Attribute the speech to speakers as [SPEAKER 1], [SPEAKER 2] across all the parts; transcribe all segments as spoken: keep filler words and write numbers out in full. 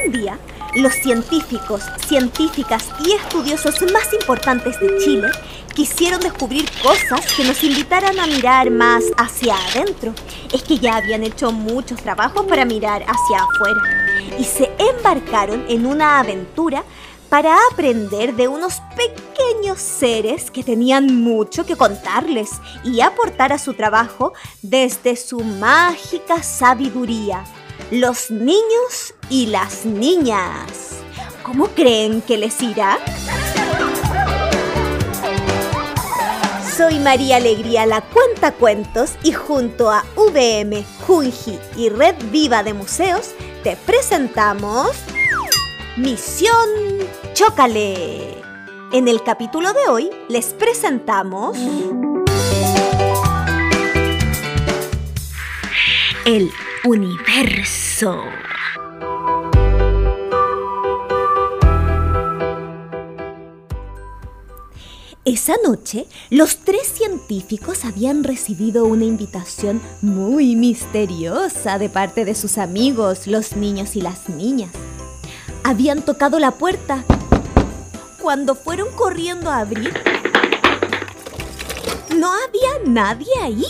[SPEAKER 1] Un día, los científicos, científicas y estudiosos más importantes de Chile quisieron descubrir cosas que nos invitaran a mirar más hacia adentro. Es que ya habían hecho muchos trabajos para mirar hacia afuera y se embarcaron en una aventura para aprender de unos pequeños seres que tenían mucho que contarles y aportar a su trabajo desde su mágica sabiduría. Los niños y las niñas. ¿Cómo creen que les irá? Soy María Alegría, la Cuentacuentos, y junto a V M, Junji y Red Viva de Museos te presentamos Misión Chócale. En el capítulo de hoy les presentamos el universo. Esa noche, los tres científicos habían recibido una invitación muy misteriosa de parte de sus amigos, los niños y las niñas. Habían tocado la puerta. Cuando fueron corriendo a abrir, no había nadie ahí.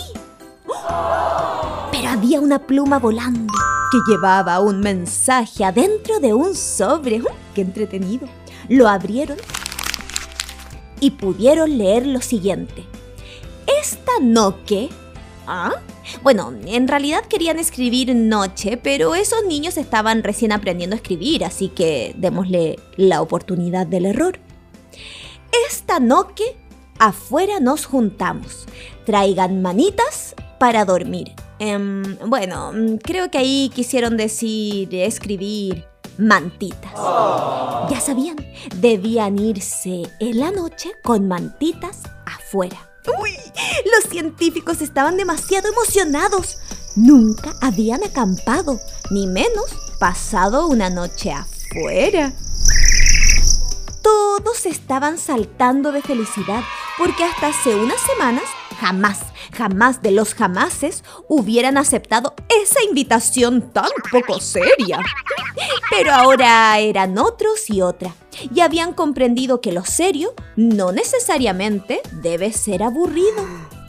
[SPEAKER 1] Pero había una pluma volando que llevaba un mensaje adentro de un sobre. ¡Qué entretenido! Lo abrieron y pudieron leer lo siguiente. Esta noche... ¿Ah? Bueno, en realidad querían escribir noche, pero esos niños estaban recién aprendiendo a escribir, así que démosle la oportunidad del error. Esta noche afuera nos juntamos. Traigan manitas para dormir. Eh, bueno, creo que ahí quisieron decir escribir mantitas. Oh. Ya sabían, debían irse en la noche con mantitas afuera. ¡Uy! Los científicos estaban demasiado emocionados. Nunca habían acampado, ni menos pasado una noche afuera. Todos estaban saltando de felicidad porque hasta hace unas semanas jamás, jamás de los jamases hubieran aceptado esa invitación tan poco seria. Pero ahora eran otros y otra, y habían comprendido que lo serio no necesariamente debe ser aburrido.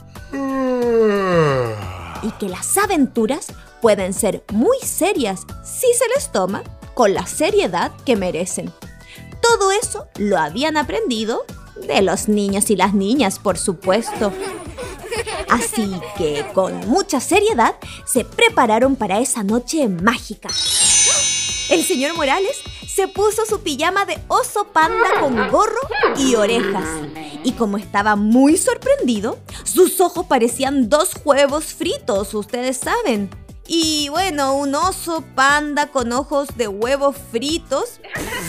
[SPEAKER 1] Y que las aventuras pueden ser muy serias si se les toma con la seriedad que merecen. Todo eso lo habían aprendido de los niños y las niñas, por supuesto. Así que, con mucha seriedad, se prepararon para esa noche mágica. El señor Morales se puso su pijama de oso panda con gorro y orejas. Y como estaba muy sorprendido, sus ojos parecían dos huevos fritos, ustedes saben. Y bueno, un oso panda con ojos de huevos fritos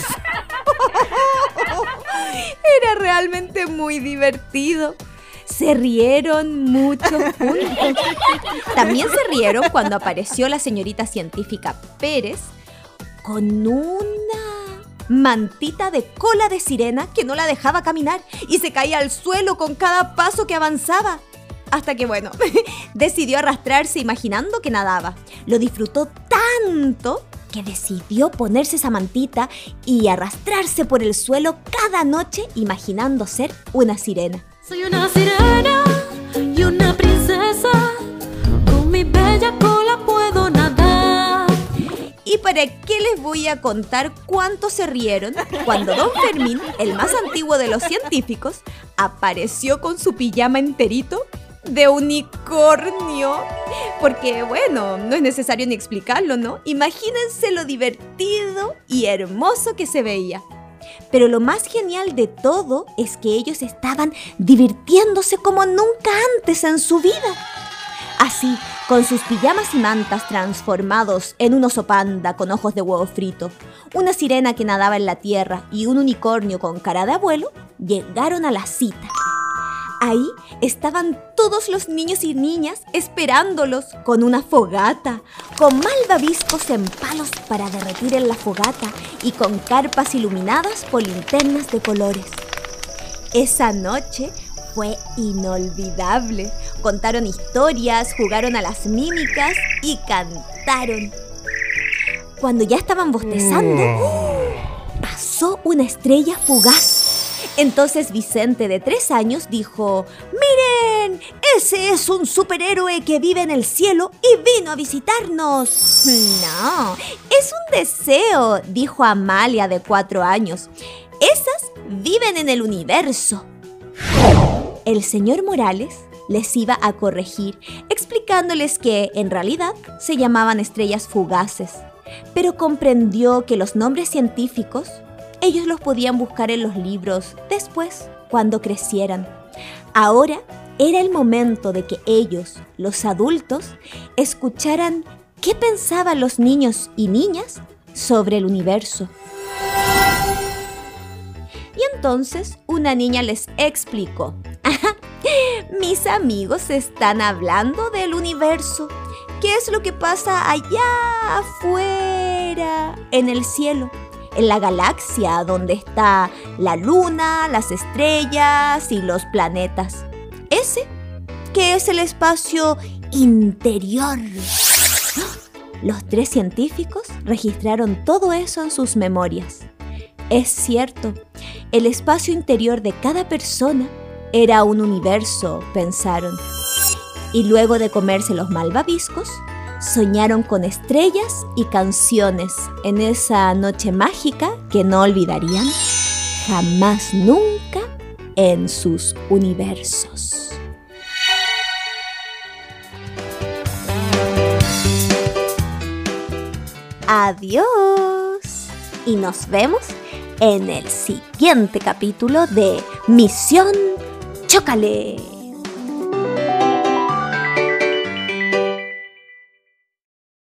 [SPEAKER 1] era realmente muy divertido. Se rieron mucho juntos. También se rieron cuando apareció la señorita científica Pérez con una mantita de cola de sirena que no la dejaba caminar y se caía al suelo con cada paso que avanzaba. Hasta que, bueno, decidió arrastrarse imaginando que nadaba. Lo disfrutó tanto que decidió ponerse esa mantita y arrastrarse por el suelo cada noche imaginando ser una sirena.
[SPEAKER 2] Soy una sirena y una princesa, con mi bella cola puedo nadar.
[SPEAKER 1] ¿Y para qué les voy a contar cuánto se rieron cuando Don Fermín, el más antiguo de los científicos, apareció con su pijama enterito de unicornio? Porque, bueno, no es necesario ni explicarlo, ¿no? Imagínense lo divertido y hermoso que se veía. Pero lo más genial de todo es que ellos estaban divirtiéndose como nunca antes en su vida. Así, con sus pijamas y mantas transformados en un oso panda con ojos de huevo frito, una sirena que nadaba en la tierra y un unicornio con cara de abuelo, llegaron a la cita. Ahí estaban todos los niños y niñas esperándolos con una fogata, con malvaviscos en palos para derretir en la fogata y con carpas iluminadas por linternas de colores. Esa noche fue inolvidable. Contaron historias, jugaron a las mímicas y cantaron. Cuando ya estaban bostezando, pasó una estrella fugaz. Entonces Vicente, de tres años, dijo: ¡Miren! ¡Ese es un superhéroe que vive en el cielo y vino a visitarnos! No, es un deseo, dijo Amalia, de cuatro años. Esas viven en el universo. El señor Morales les iba a corregir, explicándoles que, en realidad, se llamaban estrellas fugaces. Pero comprendió que los nombres científicos ellos los podían buscar en los libros después, cuando crecieran. Ahora era el momento de que ellos, los adultos, escucharan qué pensaban los niños y niñas sobre el universo. Y entonces una niña les explicó: mis amigos están hablando del universo. ¿Qué es lo que pasa allá afuera, en el cielo? En la galaxia, donde está la luna, las estrellas y los planetas. Ese, que es el espacio interior. Los tres científicos registraron todo eso en sus memorias. Es cierto, el espacio interior de cada persona era un universo, pensaron. Y luego de comerse los malvaviscos, soñaron con estrellas y canciones en esa noche mágica que no olvidarían jamás nunca en sus universos. Adiós y nos vemos en el siguiente capítulo de Misión Chócale.